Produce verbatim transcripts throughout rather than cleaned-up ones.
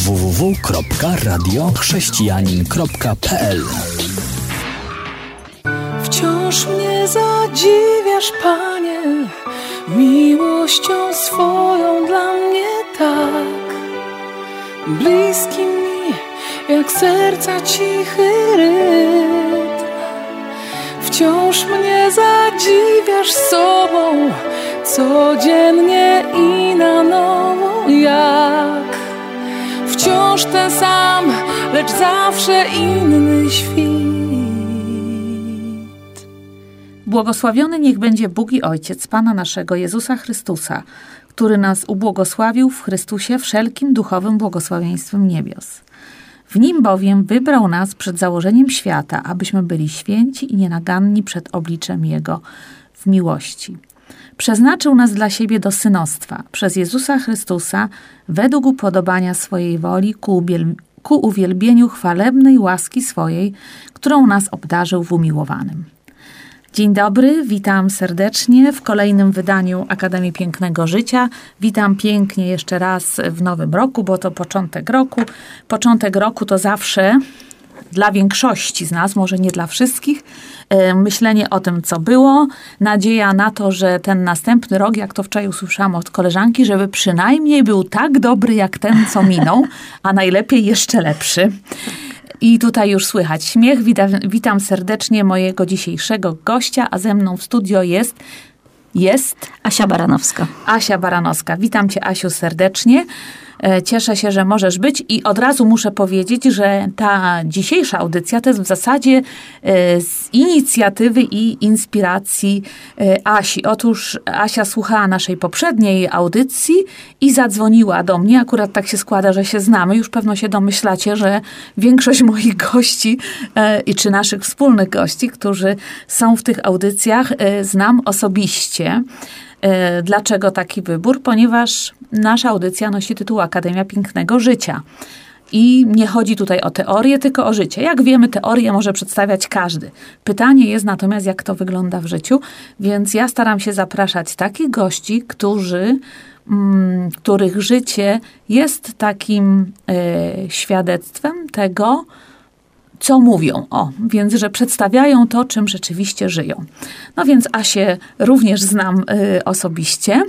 w w w kropka radio chrześcijanin kropka p l. Wciąż mnie zadziwiasz, Panie, miłością swoją dla mnie tak. Bliski mi jak serca cichy rytm. Wciąż mnie zadziwiasz sobą, codziennie i na nowo jak. Wciąż ten sam, lecz zawsze inny świt. Błogosławiony niech będzie Bóg i Ojciec Pana naszego Jezusa Chrystusa, który nas ubłogosławił w Chrystusie wszelkim duchowym błogosławieństwem niebios. W Nim bowiem wybrał nas przed założeniem świata, abyśmy byli święci i nienaganni przed obliczem Jego w miłości. Przeznaczył nas dla siebie do synostwa przez Jezusa Chrystusa według upodobania swojej woli ku, ubiel- ku uwielbieniu chwalebnej łaski swojej, którą nas obdarzył w umiłowanym. Dzień dobry, witam serdecznie w kolejnym wydaniu Akademii Pięknego Życia. Witam pięknie jeszcze raz w nowym roku, bo to początek roku. Początek roku to zawsze dla większości z nas, może nie dla wszystkich, myślenie o tym, co było, nadzieja na to, że ten następny rok, jak to wczoraj usłyszałam od koleżanki, żeby przynajmniej był tak dobry jak ten, co minął, a najlepiej jeszcze lepszy. I tutaj już słychać śmiech. Witam, witam serdecznie mojego dzisiejszego gościa, a ze mną w studio jest... Jest... Asia Baranowska. Asia Baranowska. Witam Cię, Asiu, serdecznie. Cieszę się, że możesz być i od razu muszę powiedzieć, że ta dzisiejsza audycja to jest w zasadzie z inicjatywy i inspiracji Asi. Otóż Asia słuchała naszej poprzedniej audycji i zadzwoniła do mnie. Akurat tak się składa, że się znamy. Już pewno się domyślacie, że większość moich gości i czy naszych wspólnych gości, którzy są w tych audycjach, znam osobiście. Dlaczego taki wybór? Ponieważ nasza audycja nosi tytuł Akademia Pięknego Życia. I nie chodzi tutaj o teorię, tylko o życie. Jak wiemy, teorię może przedstawiać każdy. Pytanie jest natomiast, jak to wygląda w życiu. Więc ja staram się zapraszać takich gości, którzy, mm, których życie jest takim y, świadectwem tego, co mówią. O, więc, że przedstawiają to, czym rzeczywiście żyją. No więc Asię również znam y, osobiście.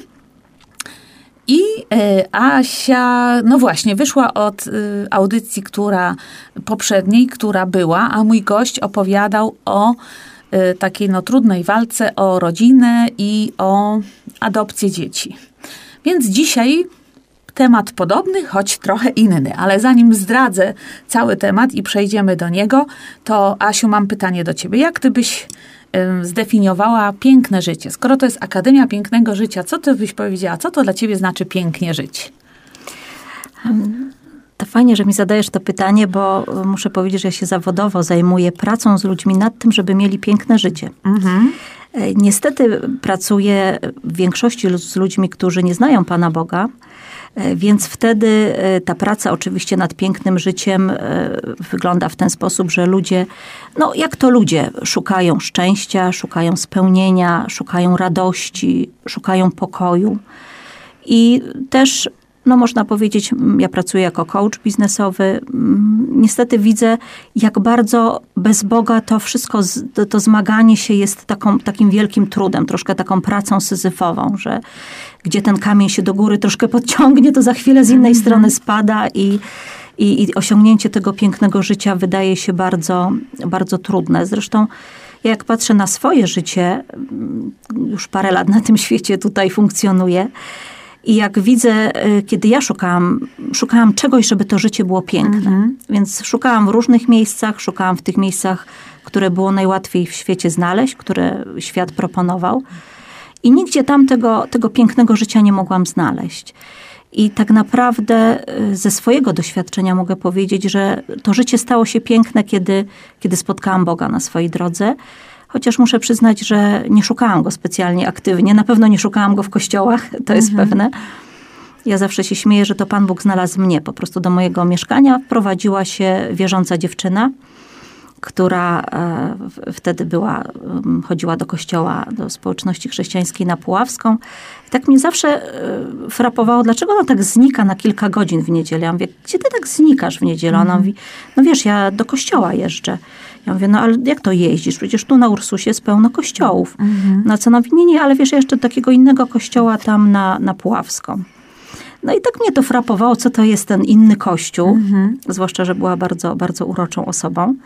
I y, Asia, no właśnie, wyszła od y, audycji, która poprzedniej, która była, a mój gość opowiadał o y, takiej no trudnej walce o rodzinę i o adopcję dzieci. Więc dzisiaj temat podobny, choć trochę inny, ale zanim zdradzę cały temat i przejdziemy do niego, to Asiu, mam pytanie do ciebie. Jak ty byś y, zdefiniowała piękne życie? Skoro to jest Akademia Pięknego Życia, co ty byś powiedziała? Co to dla ciebie znaczy pięknie żyć? Um, to fajnie, że mi zadajesz to pytanie, bo muszę powiedzieć, że ja się zawodowo zajmuję pracą z ludźmi nad tym, żeby mieli piękne życie. Mhm. Niestety pracuję w większości z ludźmi, którzy nie znają Pana Boga, więc wtedy ta praca oczywiście nad pięknym życiem wygląda w ten sposób, że ludzie, no jak to ludzie, szukają szczęścia, szukają spełnienia, szukają radości, szukają pokoju. I też, no można powiedzieć, ja pracuję jako coach biznesowy. Niestety widzę, jak bardzo bez Boga to wszystko, to, to zmaganie się jest taką, takim wielkim trudem, troszkę taką pracą syzyfową, że gdzie ten kamień się do góry troszkę podciągnie, to za chwilę z innej mm-hmm. strony spada i, i, i osiągnięcie tego pięknego życia wydaje się bardzo, bardzo trudne. Zresztą ja jak patrzę na swoje życie, już parę lat na tym świecie tutaj funkcjonuję, i jak widzę, kiedy ja szukałam, szukałam czegoś, żeby to życie było piękne. Mm-hmm. Więc szukałam w różnych miejscach, szukałam w tych miejscach, które było najłatwiej w świecie znaleźć, które świat proponował. I nigdzie tam tego, tego pięknego życia nie mogłam znaleźć. I tak naprawdę ze swojego doświadczenia mogę powiedzieć, że to życie stało się piękne, kiedy, kiedy spotkałam Boga na swojej drodze. Chociaż muszę przyznać, że nie szukałam go specjalnie aktywnie. Na pewno nie szukałam go w kościołach, to jest mhm. pewne. Ja zawsze się śmieję, że to Pan Bóg znalazł mnie. Po prostu do mojego mieszkania wprowadziła się wierząca dziewczyna, która e, wtedy była, chodziła do kościoła, do społeczności chrześcijańskiej na Puławską. I tak mnie zawsze e, frapowało, dlaczego ona tak znika na kilka godzin w niedzielę. Ja mówię, gdzie ty tak znikasz w niedzielę? Ona mówi, no wiesz, ja do kościoła jeżdżę. Ja mówię, no ale jak to jeździsz? Przecież tu na Ursusie jest pełno kościołów. Mhm. Na co ona mówi, nie, nie, ale wiesz, ja jeszcze do takiego innego kościoła tam na, na Puławską. No i tak mnie to frapowało, co to jest ten inny kościół. Mhm. Zwłaszcza, że była bardzo, bardzo uroczą osobą.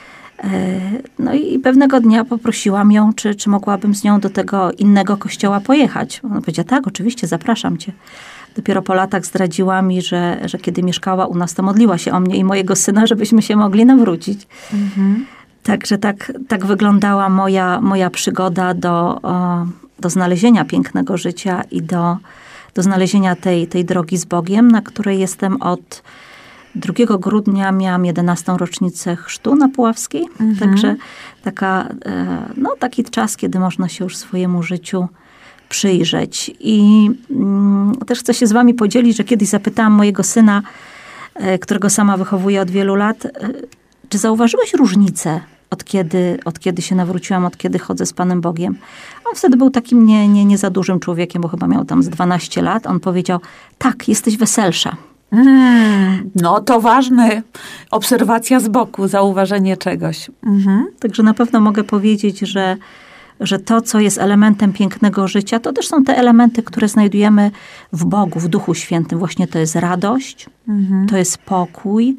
No i pewnego dnia poprosiłam ją, czy, czy mogłabym z nią do tego innego kościoła pojechać. Ona powiedziała, tak, oczywiście, zapraszam cię. Dopiero po latach zdradziła mi, że, że kiedy mieszkała u nas, to modliła się o mnie i mojego syna, żebyśmy się mogli nawrócić. Mhm. Także tak, tak wyglądała moja, moja przygoda do, o, do znalezienia pięknego życia i do, do znalezienia tej, tej drogi z Bogiem, na której jestem od drugiego grudnia. Miałam jedenastą rocznicę chrztu na Puławskiej. Mhm. Także taka, no, taki czas, kiedy można się już swojemu życiu przyjrzeć. I mm, też chcę się z wami podzielić, że kiedyś zapytałam mojego syna, e, którego sama wychowuję od wielu lat, e, czy zauważyłeś różnicę od kiedy, od kiedy się nawróciłam, od kiedy chodzę z Panem Bogiem? On wtedy był takim nie, nie, nie za dużym człowiekiem, bo chyba miał tam z dwanaście lat. On powiedział, tak, jesteś weselsza. Mm, no to ważne. Obserwacja z boku, zauważenie czegoś. Mhm. Także na pewno mogę powiedzieć, że że to, co jest elementem pięknego życia, to też są te elementy, które znajdujemy w Bogu, w Duchu Świętym. Właśnie to jest radość, mhm. to jest pokój,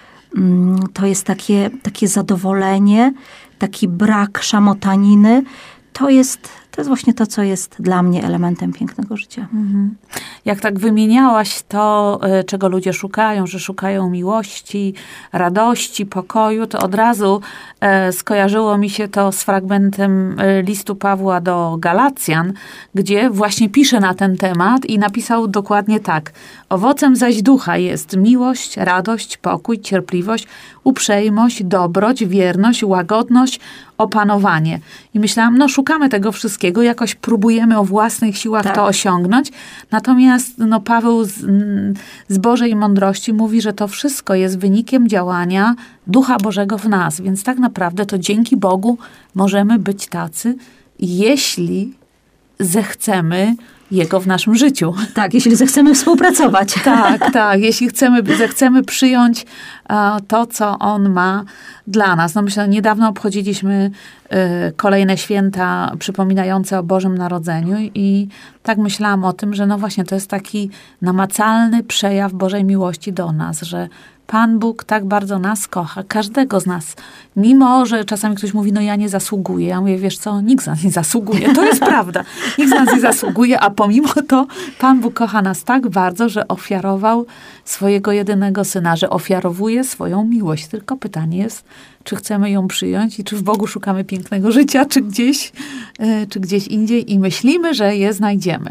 to jest takie, takie zadowolenie, taki brak szamotaniny. To jest, to jest właśnie to, co jest dla mnie elementem pięknego życia. Mhm. Jak tak wymieniałaś to, czego ludzie szukają, że szukają miłości, radości, pokoju, to od razu e, skojarzyło mi się to z fragmentem listu Pawła do Galacjan, gdzie właśnie pisze na ten temat i napisał dokładnie tak. Owocem zaś ducha jest miłość, radość, pokój, cierpliwość, uprzejmość, dobroć, wierność, łagodność, opanowanie. I myślałam, no szukamy tego wszystkiego, jakoś próbujemy o własnych siłach tak. to osiągnąć. Natomiast no, Paweł z, z Bożej mądrości mówi, że to wszystko jest wynikiem działania Ducha Bożego w nas. Więc tak naprawdę to dzięki Bogu możemy być tacy, jeśli zechcemy Jego w naszym życiu. Tak, jeśli zechcemy współpracować. Tak, tak. Jeśli chcemy, zechcemy przyjąć uh, to, co On ma dla nas. No myślę, niedawno obchodziliśmy y, kolejne święta przypominające o Bożym Narodzeniu i tak myślałam o tym, że no właśnie to jest taki namacalny przejaw Bożej miłości do nas, że Pan Bóg tak bardzo nas kocha, każdego z nas. Mimo, że czasami ktoś mówi, no ja nie zasługuję. Ja mówię, wiesz co, nikt z nas nie zasługuje. To jest prawda. Nikt z nas nie zasługuje, a pomimo to Pan Bóg kocha nas tak bardzo, że ofiarował swojego jedynego Syna, że ofiarowuje swoją miłość. Tylko pytanie jest, czy chcemy ją przyjąć i czy w Bogu szukamy pięknego życia, czy gdzieś, czy gdzieś indziej i myślimy, że je znajdziemy.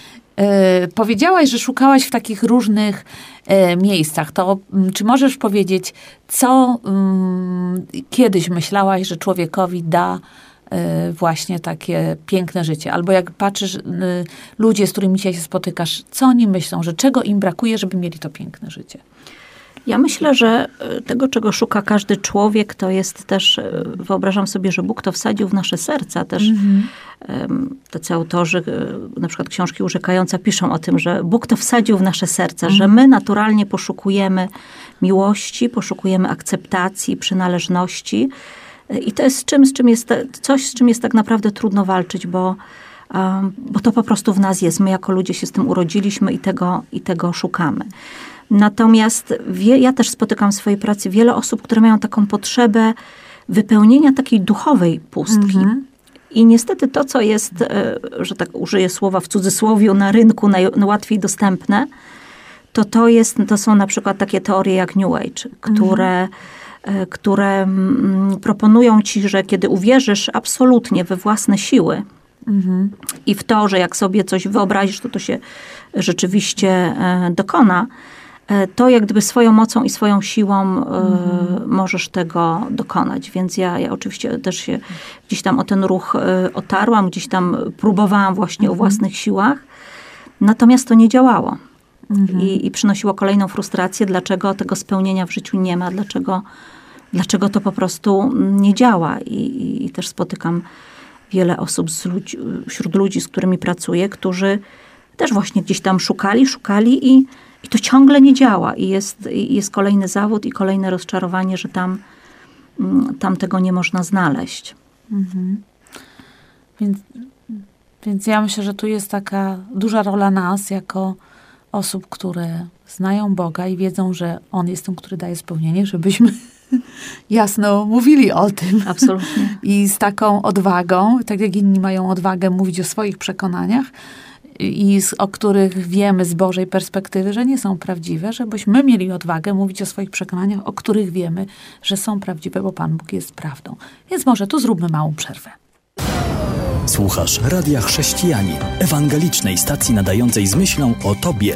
E, powiedziałaś, że szukałaś w takich różnych e, miejscach. To m, czy możesz powiedzieć, co m, kiedyś myślałaś, że człowiekowi da e, właśnie takie piękne życie? Albo jak patrzysz, e, ludzie, z którymi dzisiaj się spotykasz, co oni myślą, że czego im brakuje, żeby mieli to piękne życie? Ja myślę, że tego, czego szuka każdy człowiek, to jest też, wyobrażam sobie, że Bóg to wsadził w nasze serca. Też mm-hmm. tacy autorzy, na przykład książki urzekające, piszą o tym, że Bóg to wsadził w nasze serca, mm-hmm. że my naturalnie poszukujemy miłości, poszukujemy akceptacji, przynależności. I to jest czym, z czym jest, coś, z czym jest tak naprawdę trudno walczyć, bo, bo to po prostu w nas jest. My jako ludzie się z tym urodziliśmy i tego, i tego szukamy. Natomiast wie, ja też spotykam w swojej pracy wiele osób, które mają taką potrzebę wypełnienia takiej duchowej pustki. Mm-hmm. I niestety to, co jest, że tak użyję słowa w cudzysłowie, na rynku najłatwiej dostępne, to to, jest, to są na przykład takie teorie jak New Age, które, mm-hmm. które proponują ci, że kiedy uwierzysz absolutnie we własne siły, mm-hmm. i w to, że jak sobie coś wyobrazisz, to to się rzeczywiście dokona, to jak gdyby swoją mocą i swoją siłą mm. y, możesz tego dokonać. Więc ja, ja oczywiście też się gdzieś tam o ten ruch y, otarłam, gdzieś tam próbowałam właśnie mm. o własnych siłach. Natomiast to nie działało. Mm. I, I przynosiło kolejną frustrację, dlaczego tego spełnienia w życiu nie ma, dlaczego, dlaczego to po prostu nie działa. I, i też spotykam wiele osób z ludzi, wśród ludzi, z którymi pracuję, którzy też właśnie gdzieś tam szukali, szukali i, i to ciągle nie działa. I jest, i jest kolejny zawód i kolejne rozczarowanie, że tam, tam tego nie można znaleźć. Mhm. Więc, więc ja myślę, że tu jest taka duża rola nas, jako osób, które znają Boga i wiedzą, że On jest tym, który daje spełnienie, żebyśmy jasno mówili o tym. Absolutnie. I z taką odwagą, tak jak inni mają odwagę mówić o swoich przekonaniach, i z, o których wiemy z Bożej perspektywy, że nie są prawdziwe, żebyśmy mieli odwagę mówić o swoich przekonaniach, o których wiemy, że są prawdziwe, bo Pan Bóg jest prawdą. Więc może tu zróbmy małą przerwę. Słuchasz Radia Chrześcijanin, ewangelicznej stacji nadającej z myślą o Tobie.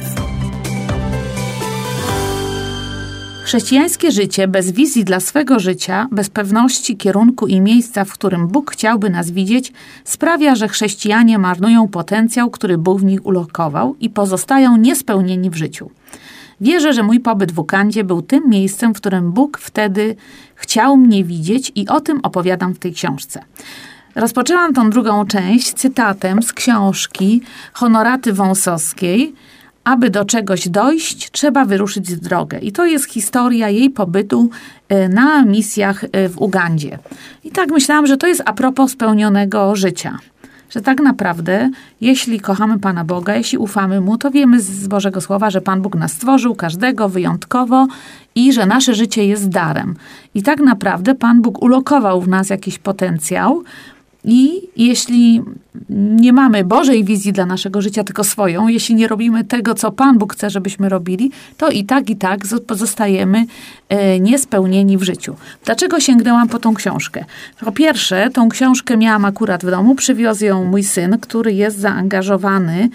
Chrześcijańskie życie bez wizji dla swego życia, bez pewności kierunku i miejsca, w którym Bóg chciałby nas widzieć, sprawia, że chrześcijanie marnują potencjał, który Bóg w nich ulokował i pozostają niespełnieni w życiu. Wierzę, że mój pobyt w Ugandzie był tym miejscem, w którym Bóg wtedy chciał mnie widzieć i o tym opowiadam w tej książce. Rozpoczęłam tą drugą część cytatem z książki Honoraty Wąsowskiej. Aby do czegoś dojść, trzeba wyruszyć w drogę. I to jest historia jej pobytu na misjach w Ugandzie. I tak myślałam, że to jest a propos spełnionego życia. Że tak naprawdę, jeśli kochamy Pana Boga, jeśli ufamy Mu, to wiemy z Bożego Słowa, że Pan Bóg nas stworzył, każdego wyjątkowo i że nasze życie jest darem. I tak naprawdę Pan Bóg ulokował w nas jakiś potencjał, i jeśli nie mamy Bożej wizji dla naszego życia, tylko swoją, jeśli nie robimy tego, co Pan Bóg chce, żebyśmy robili, to i tak, i tak pozostajemy niespełnieni w życiu. Dlaczego sięgnęłam po tą książkę? Po pierwsze, tą książkę miałam akurat w domu, przywiózł ją mój syn, który jest zaangażowany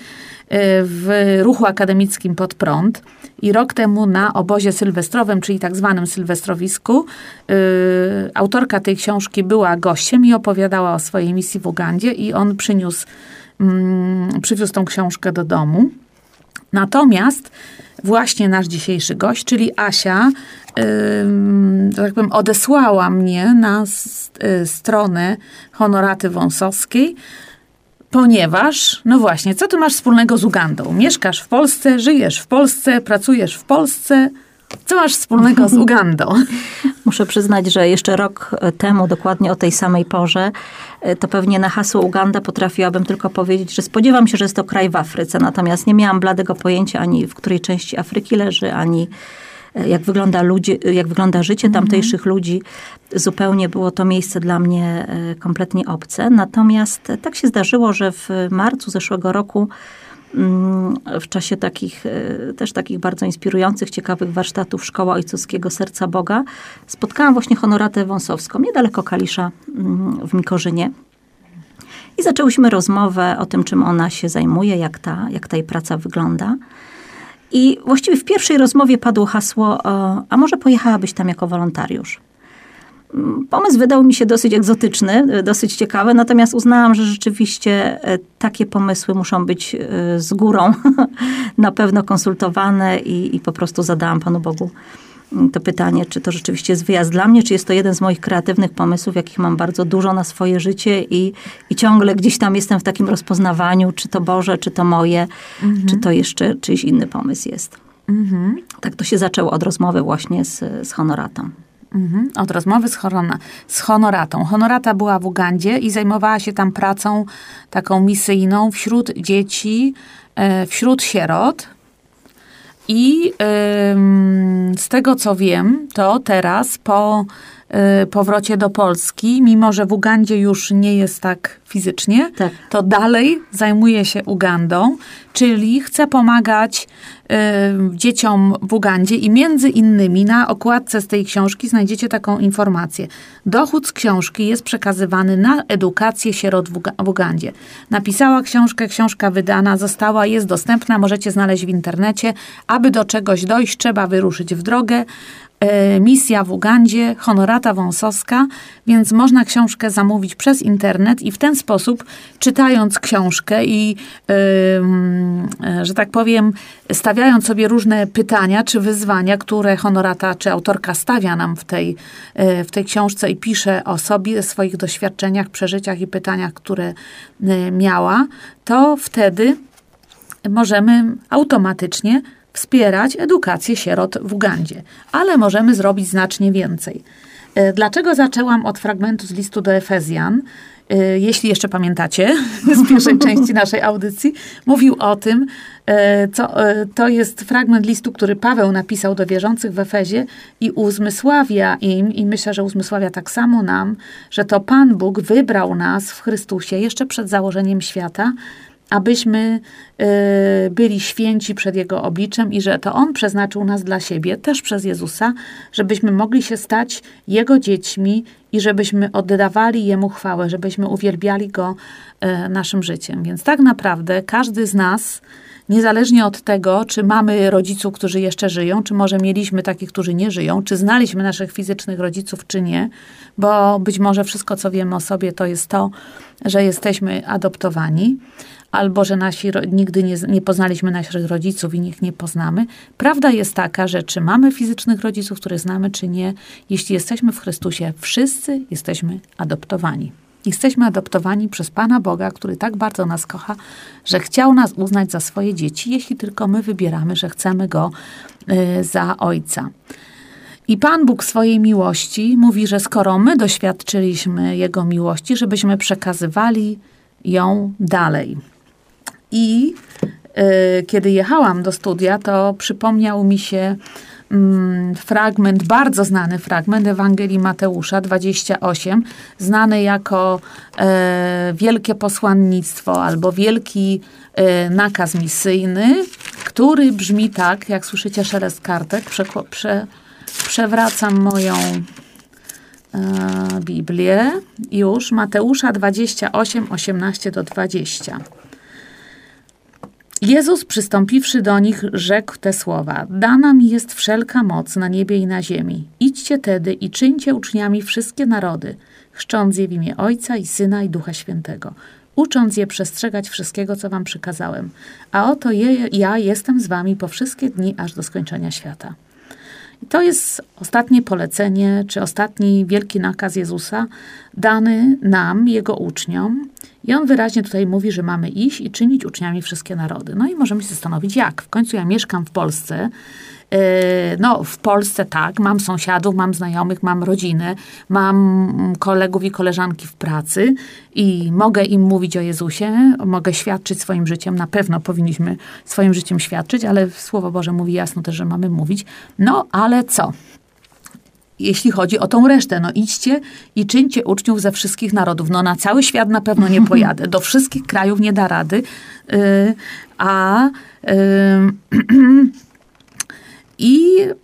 w ruchu akademickim Pod Prąd i rok temu na obozie sylwestrowym, czyli tak zwanym sylwestrowisku, yy, autorka tej książki była gościem i opowiadała o swojej misji w Ugandzie i on przyniósł, yy, przywiózł tą książkę do domu. Natomiast właśnie nasz dzisiejszy gość, czyli Asia, yy, tak powiem, odesłała mnie na yy, stronę Honoraty Wąsowskiej, ponieważ, no właśnie, co ty masz wspólnego z Ugandą? Mieszkasz w Polsce, żyjesz w Polsce, pracujesz w Polsce. Co masz wspólnego z Ugandą? Muszę przyznać, że jeszcze rok temu, dokładnie o tej samej porze, to pewnie na hasło Uganda potrafiłabym tylko powiedzieć, że spodziewam się, że jest to kraj w Afryce. Natomiast nie miałam bladego pojęcia ani w której części Afryki leży, ani jak wygląda, ludzi, jak wygląda życie tamtejszych mhm. ludzi. Zupełnie było to miejsce dla mnie kompletnie obce. Natomiast tak się zdarzyło, że w marcu zeszłego roku w czasie takich, też takich bardzo inspirujących, ciekawych warsztatów Szkoła Ojcowskiego Serca Boga spotkałam właśnie Honoratę Wąsowską, niedaleko Kalisza w Mikorzynie. I zaczęłyśmy rozmowę o tym, czym ona się zajmuje, jak ta, jak ta jej praca wygląda. I właściwie w pierwszej rozmowie padło hasło, a może pojechałabyś tam jako wolontariusz? Pomysł wydał mi się dosyć egzotyczny, dosyć ciekawy, natomiast uznałam, że rzeczywiście takie pomysły muszą być z górą na pewno konsultowane i, i po prostu zadałam Panu Bogu to pytanie, czy to rzeczywiście jest wyjazd dla mnie, czy jest to jeden z moich kreatywnych pomysłów, jakich mam bardzo dużo na swoje życie i, i ciągle gdzieś tam jestem w takim rozpoznawaniu, czy to Boże, czy to moje, mhm. czy to jeszcze czyjś inny pomysł jest. Mhm. Tak to się zaczęło od rozmowy właśnie z, z Honoratą. Mhm. Od rozmowy z, Horona, z Honoratą. Honorata była w Ugandzie i zajmowała się tam pracą taką misyjną wśród dzieci, wśród sierot. I yy, z tego, co wiem, to teraz po yy, powrocie do Polski, mimo że w Ugandzie już nie jest tak fizycznie, tak. to dalej zajmuje się Ugandą, czyli chce pomagać yy, dzieciom w Ugandzie i między innymi na okładce z tej książki znajdziecie taką informację. Dochód z książki jest przekazywany na edukację sierot w, Ug- w Ugandzie. Napisała książkę, książka wydana, została, jest dostępna, możecie znaleźć w internecie. Aby do czegoś dojść, trzeba wyruszyć w drogę. Misja w Ugandzie, Honorata Wąsowska, więc można książkę zamówić przez internet i w ten sposób, czytając książkę i, że tak powiem, stawiając sobie różne pytania czy wyzwania, które Honorata czy autorka stawia nam w tej, w tej książce i pisze o sobie, swoich doświadczeniach, przeżyciach i pytaniach, które miała, to wtedy możemy automatycznie wspierać edukację sierot w Ugandzie. Ale możemy zrobić znacznie więcej. Dlaczego zaczęłam od fragmentu z listu do Efezjan? Jeśli jeszcze pamiętacie, z pierwszej części naszej audycji, mówił o tym, co, to jest fragment listu, który Paweł napisał do wierzących w Efezie i uzmysławia im, i myślę, że uzmysławia tak samo nam, że to Pan Bóg wybrał nas w Chrystusie jeszcze przed założeniem świata, abyśmy y, byli święci przed Jego obliczem i że to On przeznaczył nas dla siebie, też przez Jezusa, żebyśmy mogli się stać Jego dziećmi i żebyśmy oddawali Jemu chwałę, żebyśmy uwielbiali Go y, naszym życiem. Więc tak naprawdę każdy z nas, niezależnie od tego, czy mamy rodziców, którzy jeszcze żyją, czy może mieliśmy takich, którzy nie żyją, czy znaliśmy naszych fizycznych rodziców, czy nie, bo być może wszystko, co wiemy o sobie, to jest to, że jesteśmy adoptowani, albo że nasi nigdy nie, nie poznaliśmy naszych rodziców i ich nie poznamy. Prawda jest taka, że czy mamy fizycznych rodziców, których znamy, czy nie, jeśli jesteśmy w Chrystusie, wszyscy jesteśmy adoptowani. Jesteśmy adoptowani przez Pana Boga, który tak bardzo nas kocha, że chciał nas uznać za swoje dzieci, jeśli tylko my wybieramy, że chcemy Go y, za Ojca. I Pan Bóg swojej miłości mówi, że skoro my doświadczyliśmy Jego miłości, żebyśmy przekazywali ją dalej. I y, kiedy jechałam do studia, to przypomniał mi się mm, fragment, bardzo znany fragment Ewangelii Mateusza dwadzieścia osiem, znany jako e, wielkie posłannictwo albo wielki e, nakaz misyjny, który brzmi tak, jak słyszycie szelest kartek, prze, prze, przewracam moją e, Biblię, już Mateusza dwadzieścia osiem, osiemnaście do dwudziestu. Jezus, przystąpiwszy do nich, rzekł te słowa: Dana mi jest wszelka moc na niebie i na ziemi. Idźcie tedy i czyńcie uczniami wszystkie narody, chrzcząc je w imię Ojca i Syna i Ducha Świętego, ucząc je przestrzegać wszystkiego, co wam przykazałem. A oto je, ja jestem z wami po wszystkie dni, aż do skończenia świata. I to jest ostatnie polecenie, czy ostatni wielki nakaz Jezusa, dany nam, Jego uczniom. I On wyraźnie tutaj mówi, że mamy iść i czynić uczniami wszystkie narody. No i możemy się zastanowić, jak. W końcu ja mieszkam w Polsce. No, w Polsce tak, mam sąsiadów, mam znajomych, mam rodzinę, mam kolegów i koleżanki w pracy i mogę im mówić o Jezusie, mogę świadczyć swoim życiem, na pewno powinniśmy swoim życiem świadczyć, ale Słowo Boże mówi jasno też, że mamy mówić. No, ale co? Jeśli chodzi o tą resztę, no idźcie i czyńcie uczniów ze wszystkich narodów. No na cały świat na pewno nie pojadę, do wszystkich krajów nie da rady, yy, a... Yy, I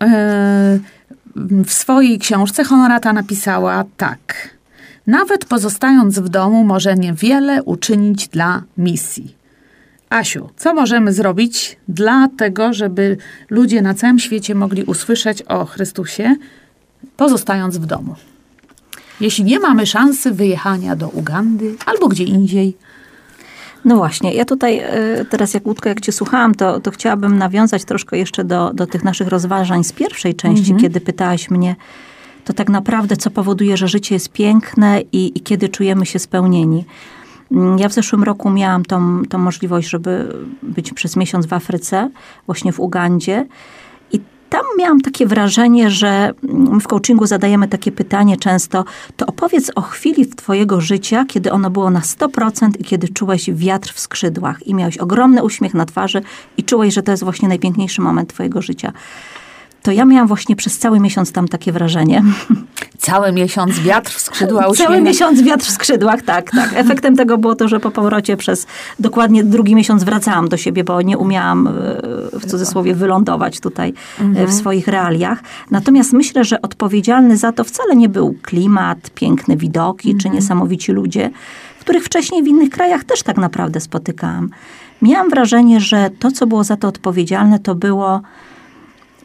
w swojej książce Honorata napisała tak. Nawet pozostając w domu, może niewiele uczynić dla misji. Asiu, co możemy zrobić dla tego, żeby ludzie na całym świecie mogli usłyszeć o Chrystusie, pozostając w domu? Jeśli nie mamy szansy wyjechania do Ugandy albo gdzie indziej. No właśnie, ja tutaj teraz jak Łódko, jak cię słuchałam, to, to chciałabym nawiązać troszkę jeszcze do, do tych naszych rozważań z pierwszej części, mm-hmm. kiedy pytałaś mnie, to tak naprawdę co powoduje, że życie jest piękne i, i kiedy czujemy się spełnieni. Ja w zeszłym roku miałam tą, tą możliwość, żeby być przez miesiąc w Afryce, właśnie w Ugandzie. Tam miałam takie wrażenie, że my w coachingu zadajemy takie pytanie często, to opowiedz o chwili twojego życia, kiedy ono było na sto procent i kiedy czułeś wiatr w skrzydłach i miałeś ogromny uśmiech na twarzy i czułeś, że to jest właśnie najpiękniejszy moment twojego życia. To ja miałam właśnie przez cały miesiąc tam takie wrażenie. Cały miesiąc wiatr w skrzydłach. Cały miesiąc wiatr w skrzydłach, tak, tak. Efektem tego było to, że po powrocie przez dokładnie drugi miesiąc wracałam do siebie, bo nie umiałam w cudzysłowie wylądować tutaj mhm. w swoich realiach. Natomiast myślę, że odpowiedzialny za to wcale nie był klimat, piękne widoki mhm. czy niesamowici ludzie, których wcześniej w innych krajach też tak naprawdę spotykałam. Miałam wrażenie, że to, co było za to odpowiedzialne, to było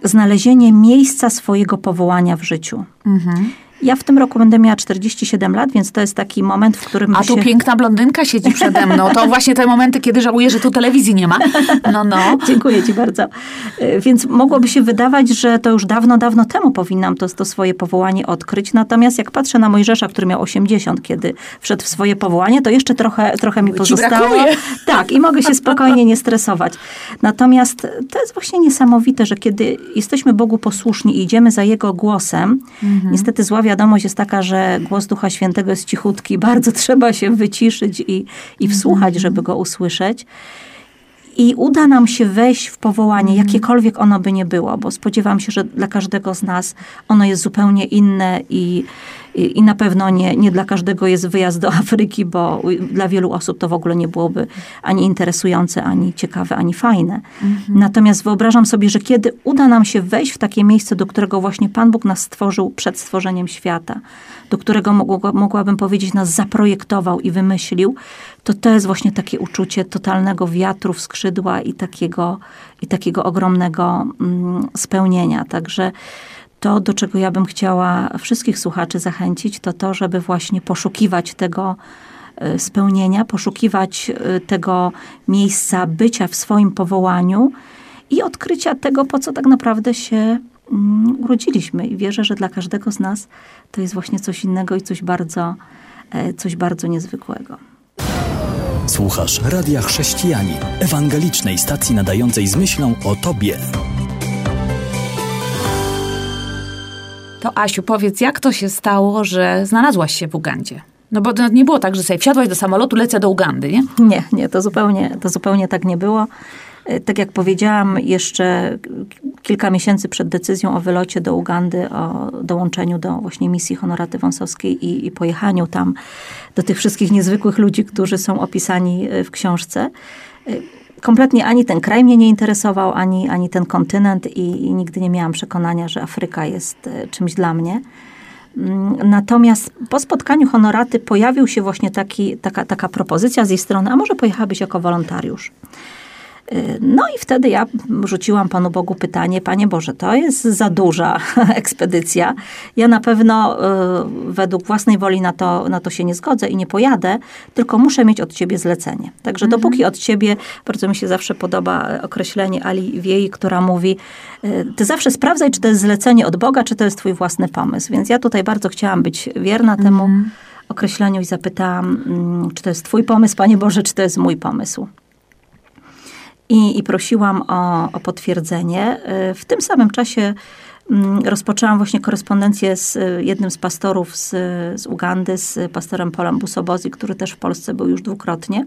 znalezienie miejsca swojego powołania w życiu. Mhm. Ja w tym roku będę miała czterdzieści siedem lat, więc to jest taki moment, w którym... A tu się... piękna blondynka siedzi przede mną. To właśnie te momenty, kiedy żałuję, że tu telewizji nie ma. No, no. Dziękuję ci bardzo. Więc mogłoby się wydawać, że to już dawno, dawno temu powinnam to, to swoje powołanie odkryć. Natomiast jak patrzę na Mojżesza, który miał osiemdziesiąt, kiedy wszedł w swoje powołanie, to jeszcze trochę, trochę mi pozostało. Tak, i mogę się spokojnie nie stresować. Natomiast to jest właśnie niesamowite, że kiedy jesteśmy Bogu posłuszni i idziemy za Jego głosem, mhm. niestety zła wiadomość jest taka, że głos Ducha Świętego jest cichutki. Bardzo trzeba się wyciszyć i, i wsłuchać, żeby go usłyszeć. I uda nam się wejść w powołanie, jakiekolwiek ono by nie było, bo spodziewam się, że dla każdego z nas ono jest zupełnie inne i, i, i na pewno nie, nie dla każdego jest wyjazd do Afryki, bo dla wielu osób to w ogóle nie byłoby ani interesujące, ani ciekawe, ani fajne. Mhm. Natomiast wyobrażam sobie, że kiedy uda nam się wejść w takie miejsce, do którego właśnie Pan Bóg nas stworzył przed stworzeniem świata, do którego mogła, mogłabym powiedzieć nas zaprojektował i wymyślił, to to jest właśnie takie uczucie totalnego wiatru w skrzydła i takiego, i takiego ogromnego mm, spełnienia. Także to, do czego ja bym chciała wszystkich słuchaczy zachęcić, to to, żeby właśnie poszukiwać tego y, spełnienia, poszukiwać y, tego miejsca bycia w swoim powołaniu i odkrycia tego, po co tak naprawdę się mm, urodziliśmy. I wierzę, że dla każdego z nas to jest właśnie coś innego i coś bardzo, y, coś bardzo niezwykłego. Słuchasz Radia Chrześcijanin, ewangelicznej stacji nadającej z myślą o Tobie. To Asiu, powiedz, jak to się stało, że znalazłaś się w Ugandzie? No bo to nie było tak, że sobie wsiadłaś do samolotu, lecę do Ugandy, nie? Nie, nie, to zupełnie, to zupełnie tak nie było. Tak jak powiedziałam, jeszcze kilka miesięcy przed decyzją o wylocie do Ugandy, o dołączeniu do właśnie misji Honoraty Wąsowskiej i, i pojechaniu tam do tych wszystkich niezwykłych ludzi, którzy są opisani w książce. Kompletnie ani ten kraj mnie nie interesował, ani, ani ten kontynent i, i nigdy nie miałam przekonania, że Afryka jest czymś dla mnie. Natomiast po spotkaniu Honoraty pojawił się właśnie taki, taka, taka propozycja z jej strony, a może pojechałabyś jako wolontariusz? No i wtedy ja rzuciłam Panu Bogu pytanie, Panie Boże, to jest za duża ekspedycja. Ja na pewno y, według własnej woli na to, na to się nie zgodzę i nie pojadę, tylko muszę mieć od Ciebie zlecenie. Także mhm. dopóki od Ciebie, bardzo mi się zawsze podoba określenie Ali Wiei, która mówi, y, Ty zawsze sprawdzaj, czy to jest zlecenie od Boga, czy to jest Twój własny pomysł. Więc ja tutaj bardzo chciałam być wierna temu mhm. określeniu i zapytałam, y, czy to jest Twój pomysł, Panie Boże, czy to jest mój pomysł. I, i prosiłam o, o potwierdzenie. W tym samym czasie rozpoczęłam właśnie korespondencję z jednym z pastorów z, z Ugandy, z pastorem Polem Busobozi, który też w Polsce był już dwukrotnie.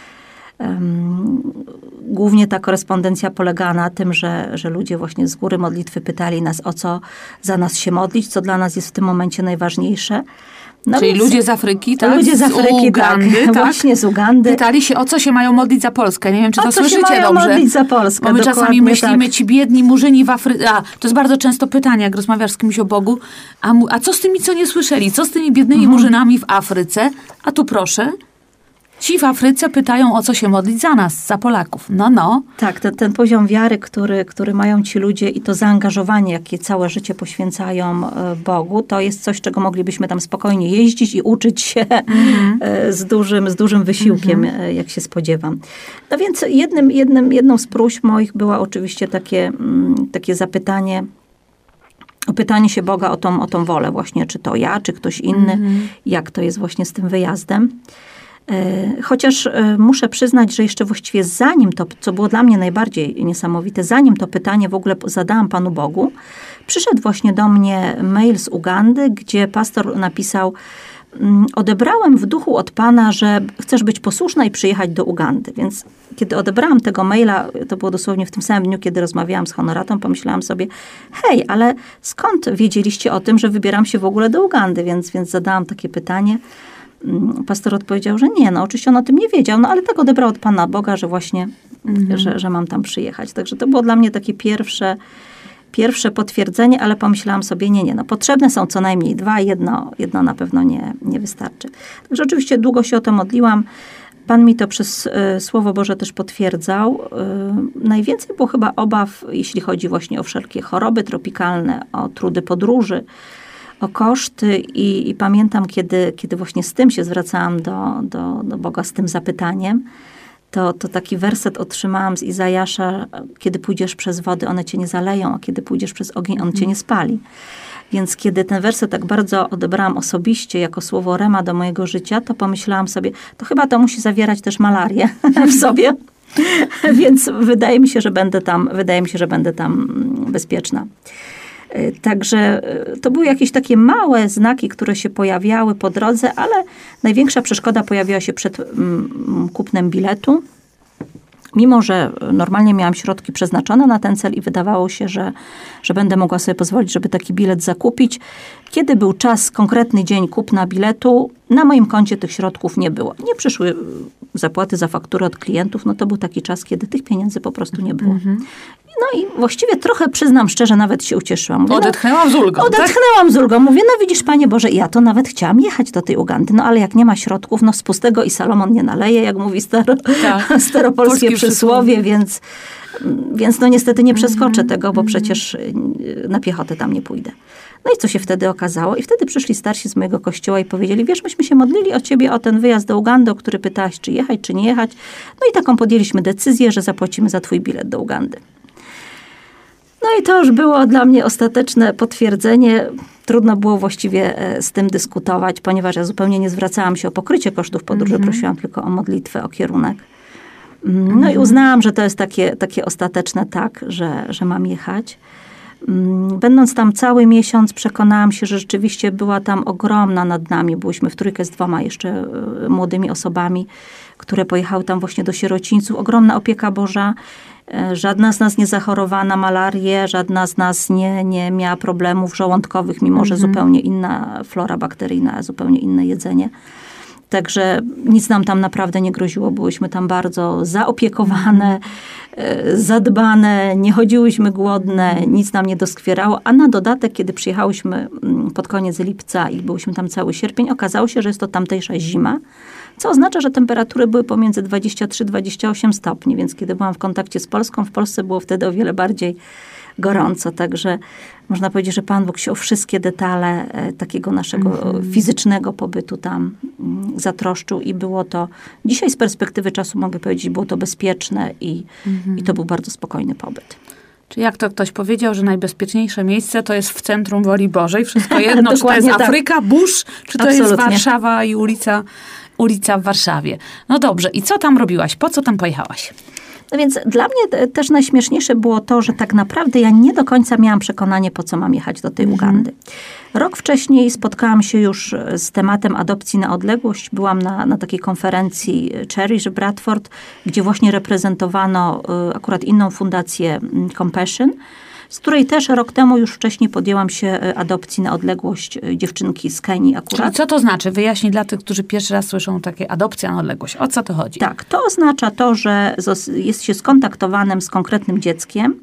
Głównie ta korespondencja polegała na tym, że, że ludzie właśnie z góry modlitwy pytali nas, o co za nas się modlić, co dla nas jest w tym momencie najważniejsze. No Czyli ludzie z Afryki, tak? Ludzie z Afryki, z Ugandy, tak, tak. Właśnie z Ugandy. Pytali się, o co się mają modlić za Polskę. Nie wiem, czy to o co słyszycie się mają dobrze. modlić za Polskę, bo my czasami myślimy, tak. ci biedni murzyni w Afryce. A, to jest bardzo często pytanie, jak rozmawiasz z kimś o Bogu. A, mu, a co z tymi, co nie słyszeli? Co z tymi biednymi mhm. murzynami w Afryce? A tu proszę... Ci w Afryce pytają, o co się modlić za nas, za Polaków. No, no. Tak, ten, ten poziom wiary, który, który mają ci ludzie i to zaangażowanie, jakie całe życie poświęcają Bogu, to jest coś, czego moglibyśmy tam spokojnie jeździć i uczyć się mm-hmm. z, dużym, z dużym wysiłkiem, mm-hmm. jak się spodziewam. No więc jednym, jednym, jedną z próśb moich była oczywiście takie, takie zapytanie, pytanie się Boga o tą, o tą wolę właśnie, czy to ja, czy ktoś inny, mm-hmm. jak to jest właśnie z tym wyjazdem. Chociaż muszę przyznać, że jeszcze właściwie zanim to, co było dla mnie najbardziej niesamowite, zanim to pytanie w ogóle zadałam Panu Bogu, przyszedł właśnie do mnie mail z Ugandy, gdzie pastor napisał, odebrałem w duchu od Pana, że chcesz być posłuszna i przyjechać do Ugandy. Więc kiedy odebrałam tego maila, to było dosłownie w tym samym dniu, kiedy rozmawiałam z Honoratą, pomyślałam sobie, hej, ale skąd wiedzieliście o tym, że wybieram się w ogóle do Ugandy? Więc, więc zadałam takie pytanie. Pastor odpowiedział, że nie, no oczywiście on o tym nie wiedział, no ale tak odebrał od Pana Boga, że właśnie, mhm. że, że mam tam przyjechać. Także to było dla mnie takie pierwsze, pierwsze potwierdzenie, ale pomyślałam sobie, nie, nie, no potrzebne są co najmniej dwa, jedno, jedno na pewno nie, nie wystarczy. Także oczywiście długo się o to modliłam. Pan mi to przez y, Słowo Boże też potwierdzał. Y, najwięcej było chyba obaw, jeśli chodzi właśnie o wszelkie choroby tropikalne, o trudy podróży, o koszty i, i pamiętam, kiedy, kiedy właśnie z tym się zwracałam do, do, do Boga, z tym zapytaniem, to, to taki werset otrzymałam z Izajasza, kiedy pójdziesz przez wody, one cię nie zaleją, a kiedy pójdziesz przez ogień, on cię nie spali. Więc kiedy ten werset tak bardzo odebrałam osobiście, jako słowo rema do mojego życia, to pomyślałam sobie, to chyba to musi zawierać też malarię w sobie. Więc wydaje mi się, że będę tam, wydaje mi się, że będę tam bezpieczna. Także to były jakieś takie małe znaki, które się pojawiały po drodze, ale największa przeszkoda pojawiła się przed kupnem biletu. Mimo że normalnie miałam środki przeznaczone na ten cel i wydawało się, że, że będę mogła sobie pozwolić, żeby taki bilet zakupić. Kiedy był czas, konkretny dzień kupna biletu, na moim koncie tych środków nie było. Nie przyszły zapłaty za faktury od klientów, no to był taki czas, kiedy tych pieniędzy po prostu nie było. Mm-hmm. No i właściwie trochę, przyznam szczerze, nawet się ucieszyłam. Mówię, odetchnęłam z ulgą, Odetchnęłam tak? z ulgą. Mówię, no widzisz, Panie Boże, ja to nawet chciałam jechać do tej Ugandy, no ale jak nie ma środków, no z pustego i Salomon nie naleje, jak mówi staro, tak. staropolskie przysłowie, więc, więc no niestety nie przeskoczę mm-hmm. tego, bo mm-hmm. przecież na piechotę tam nie pójdę. No i co się wtedy okazało? I wtedy przyszli starsi z mojego kościoła i powiedzieli, wiesz, myśmy się modlili o ciebie, o ten wyjazd do Ugandy, o który pytałaś, czy jechać, czy nie jechać. No i taką podjęliśmy decyzję, że zapłacimy za twój bilet do Ugandy. No i to już było dla mnie ostateczne potwierdzenie. Trudno było właściwie z tym dyskutować, ponieważ ja zupełnie nie zwracałam się o pokrycie kosztów podróży, mm-hmm. prosiłam tylko o modlitwę, o kierunek. No mm-hmm. i uznałam, że to jest takie, takie ostateczne tak, że, że mam jechać. Będąc tam cały miesiąc, przekonałam się, że rzeczywiście była tam ogromna nad nami. Byłyśmy w trójkę z dwoma jeszcze młodymi osobami, które pojechały tam właśnie do sierocińców. Ogromna opieka Boża. Żadna z nas nie zachorowała na malarię, żadna z nas nie, nie miała problemów żołądkowych, mimo że mhm. zupełnie inna flora bakteryjna, zupełnie inne jedzenie. Także nic nam tam naprawdę nie groziło. Byłyśmy tam bardzo zaopiekowane, zadbane, nie chodziłyśmy głodne, nic nam nie doskwierało. A na dodatek, kiedy przyjechałyśmy pod koniec lipca i byłyśmy tam cały sierpień, okazało się, że jest to tamtejsza zima, co oznacza, że temperatury były pomiędzy dwadzieścia trzy do dwudziestu ośmiu stopni, więc kiedy byłam w kontakcie z Polską, w Polsce było wtedy o wiele bardziej gorąco. Także można powiedzieć, że Pan Bóg się o wszystkie detale takiego naszego mm-hmm. fizycznego pobytu tam zatroszczył i było to, dzisiaj z perspektywy czasu mogę powiedzieć, było to bezpieczne i, mm-hmm. i to był bardzo spokojny pobyt. Czy jak to ktoś powiedział, że najbezpieczniejsze miejsce to jest w centrum woli Bożej. Wszystko jedno, czy to jest Afryka, tak. Burz, czy to Absolutnie. Jest Warszawa i ulica, ulica w Warszawie. No dobrze, i co tam robiłaś? Po co tam pojechałaś? No więc dla mnie też najśmieszniejsze było to, że tak naprawdę ja nie do końca miałam przekonanie, po co mam jechać do tej mhm. Ugandy. Rok wcześniej spotkałam się już z tematem adopcji na odległość. Byłam na, na takiej konferencji Cherish w Bradford, gdzie właśnie reprezentowano akurat inną fundację Compassion, z której też rok temu już wcześniej podjęłam się adopcji na odległość dziewczynki z Kenii akurat. Czyli co to znaczy? Wyjaśnij dla tych, którzy pierwszy raz słyszą takie adopcja na odległość. O co to chodzi? Tak, to oznacza to, że jest się skontaktowanym z konkretnym dzieckiem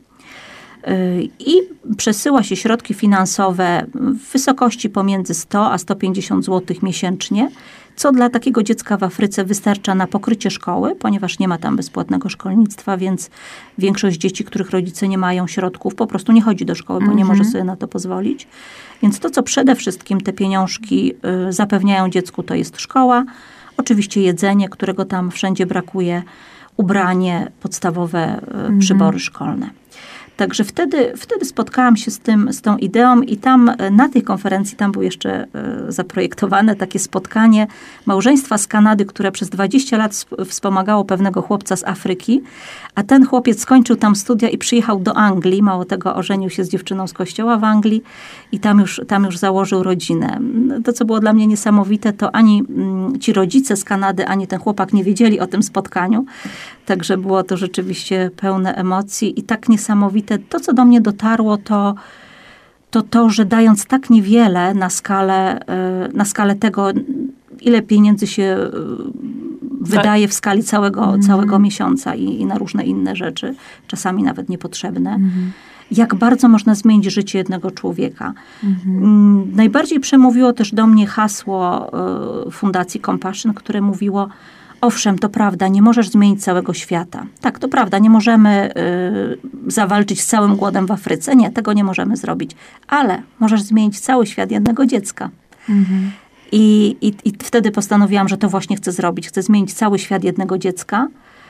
i przesyła się środki finansowe w wysokości pomiędzy sto a sto pięćdziesiąt złotych miesięcznie, co dla takiego dziecka w Afryce wystarcza na pokrycie szkoły, ponieważ nie ma tam bezpłatnego szkolnictwa, więc większość dzieci, których rodzice nie mają środków, po prostu nie chodzi do szkoły, bo mm-hmm. nie może sobie na to pozwolić. Więc to, co przede wszystkim te pieniążki y, zapewniają dziecku, to jest szkoła, oczywiście jedzenie, którego tam wszędzie brakuje, ubranie, podstawowe y, mm-hmm. przybory szkolne. Także wtedy, wtedy spotkałam się z, tym, z tą ideą i tam na tej konferencji, tam było jeszcze zaprojektowane takie spotkanie małżeństwa z Kanady, które przez dwadzieścia lat wspomagało pewnego chłopca z Afryki, a ten chłopiec skończył tam studia i przyjechał do Anglii, mało tego ożenił się z dziewczyną z kościoła w Anglii i tam już, tam już założył rodzinę. To, co było dla mnie niesamowite, to ani ci rodzice z Kanady, ani ten chłopak nie wiedzieli o tym spotkaniu, także było to rzeczywiście pełne emocji i tak niesamowite. To, co do mnie dotarło, to to, to że dając tak niewiele na skalę, na skalę tego, ile pieniędzy się wydaje w skali całego, mm. całego miesiąca i, i na różne inne rzeczy, czasami nawet niepotrzebne, mm. jak bardzo można zmienić życie jednego człowieka. Mm. Najbardziej przemówiło też do mnie hasło Fundacji Compassion, które mówiło owszem, to prawda, nie możesz zmienić całego świata. Tak, to prawda, nie możemy y, zawalczyć z całym głodem w Afryce. Nie, tego nie możemy zrobić. Ale możesz zmienić cały świat jednego dziecka. Mhm. I, i, I wtedy postanowiłam, że to właśnie chcę zrobić. Chcę zmienić cały świat jednego dziecka.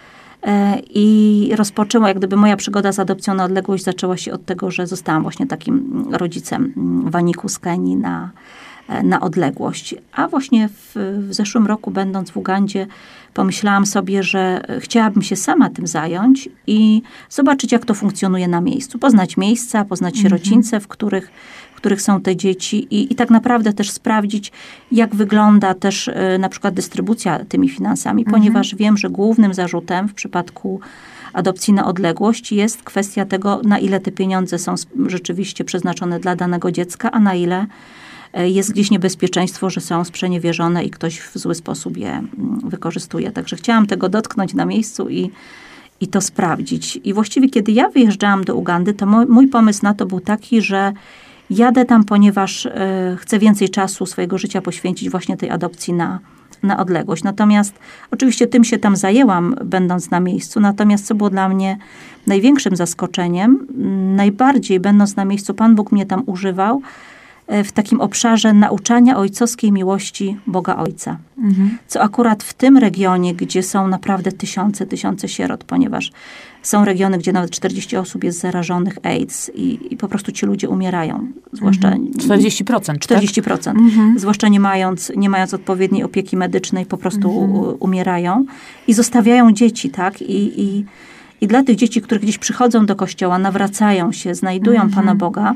I rozpoczęła, jak gdyby moja przygoda z adopcją na odległość zaczęła się od tego, że zostałam właśnie takim rodzicem Waniku z Kenii na, na odległość. A właśnie w, w zeszłym roku, będąc w Ugandzie, pomyślałam sobie, że chciałabym się sama tym zająć i zobaczyć, jak to funkcjonuje na miejscu. Poznać miejsca, poznać sierocińce, w których w których są te dzieci i, i tak naprawdę też sprawdzić, jak wygląda też y, na przykład dystrybucja tymi finansami, mhm. ponieważ wiem, że głównym zarzutem w przypadku adopcji na odległość jest kwestia tego, na ile te pieniądze są rzeczywiście przeznaczone dla danego dziecka, a na ile y, jest gdzieś niebezpieczeństwo, że są sprzeniewierzone i ktoś w zły sposób je y, wykorzystuje. Także chciałam tego dotknąć na miejscu i i to sprawdzić. I właściwie, kiedy ja wyjeżdżałam do Ugandy, to mój, mój pomysł na to był taki, że jadę tam, ponieważ y, chcę więcej czasu swojego życia poświęcić właśnie tej adopcji na, na odległość. Natomiast oczywiście tym się tam zajęłam, będąc na miejscu. Natomiast co było dla mnie największym zaskoczeniem, najbardziej będąc na miejscu, Pan Bóg mnie tam używał y, w takim obszarze nauczania ojcowskiej miłości Boga Ojca. Mhm. Co akurat w tym regionie, gdzie są naprawdę tysiące, tysiące sierot, ponieważ są regiony, gdzie nawet czterdzieści osób jest zarażonych AIDS i, i po prostu ci ludzie umierają. Zwłaszcza mhm. czterdzieści procent. czterdzieści procent. Tak? Mhm. Zwłaszcza nie mając, nie mając odpowiedniej opieki medycznej, po prostu mhm. u, umierają i zostawiają dzieci, tak? I, i, I dla tych dzieci, które gdzieś przychodzą do kościoła, nawracają się, znajdują mhm. Pana Boga,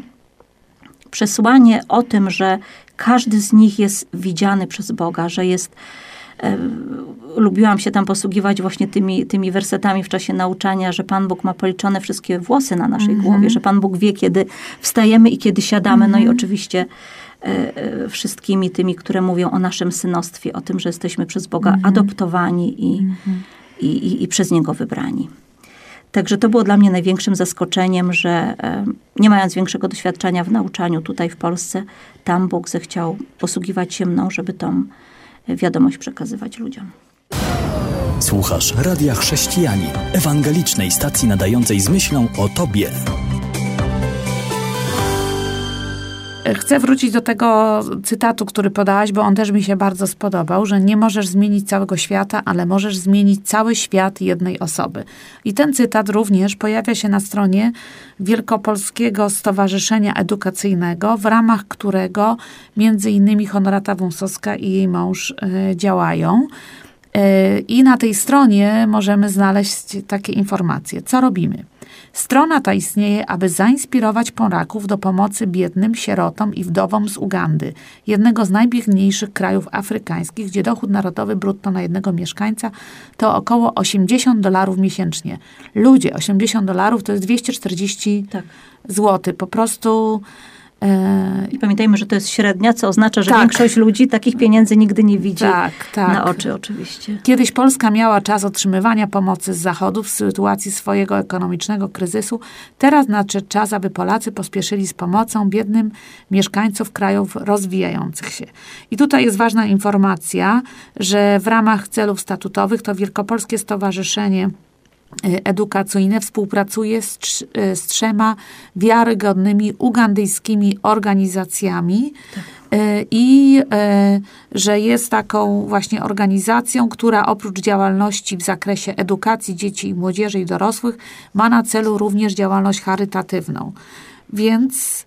przesłanie o tym, że każdy z nich jest widziany przez Boga, że jest... E, lubiłam się tam posługiwać właśnie tymi, tymi wersetami w czasie nauczania, że Pan Bóg ma policzone wszystkie włosy na naszej mm-hmm. głowie, że Pan Bóg wie, kiedy wstajemy i kiedy siadamy. Mm-hmm. No i oczywiście e, e, wszystkimi tymi, które mówią o naszym synostwie, o tym, że jesteśmy przez Boga mm-hmm. adoptowani i, mm-hmm. i, i, i przez Niego wybrani. Także to było dla mnie największym zaskoczeniem, że e, nie mając większego doświadczenia w nauczaniu tutaj w Polsce, tam Bóg zechciał posługiwać się mną, żeby tą wiadomość przekazywać ludziom. Słuchasz Radia Chrześcijanin, ewangelicznej stacji nadającej z myślą o Tobie. Chcę wrócić do tego cytatu, który podałaś, bo on też mi się bardzo spodobał, że nie możesz zmienić całego świata, ale możesz zmienić cały świat jednej osoby. I ten cytat również pojawia się na stronie Wielkopolskiego Stowarzyszenia Edukacyjnego, w ramach którego między innymi Honorata Wąsowska i jej mąż y, działają. Y, I na tej stronie możemy znaleźć takie informacje. Co robimy? Strona ta istnieje, aby zainspirować Polaków do pomocy biednym, sierotom i wdowom z Ugandy, jednego z najbiedniejszych krajów afrykańskich, gdzie dochód narodowy brutto na jednego mieszkańca to około osiemdziesiąt dolarów miesięcznie. Ludzie, osiemdziesiąt dolarów to jest dwieście czterdzieści tak. złotych. Po prostu... I pamiętajmy, że to jest średnia, co oznacza, że tak. większość ludzi takich pieniędzy nigdy nie widzi tak, tak. na oczy oczywiście. Kiedyś Polska miała czas otrzymywania pomocy z Zachodu w sytuacji swojego ekonomicznego kryzysu. Teraz nadszedł czas, aby Polacy pospieszyli z pomocą biednym mieszkańców krajów rozwijających się. I tutaj jest ważna informacja, że w ramach celów statutowych to Wielkopolskie Stowarzyszenie Edukacyjne współpracuje z, z trzema wiarygodnymi ugandyjskimi organizacjami tak. i że jest taką właśnie organizacją, która oprócz działalności w zakresie edukacji dzieci, młodzieży i dorosłych ma na celu również działalność charytatywną. Więc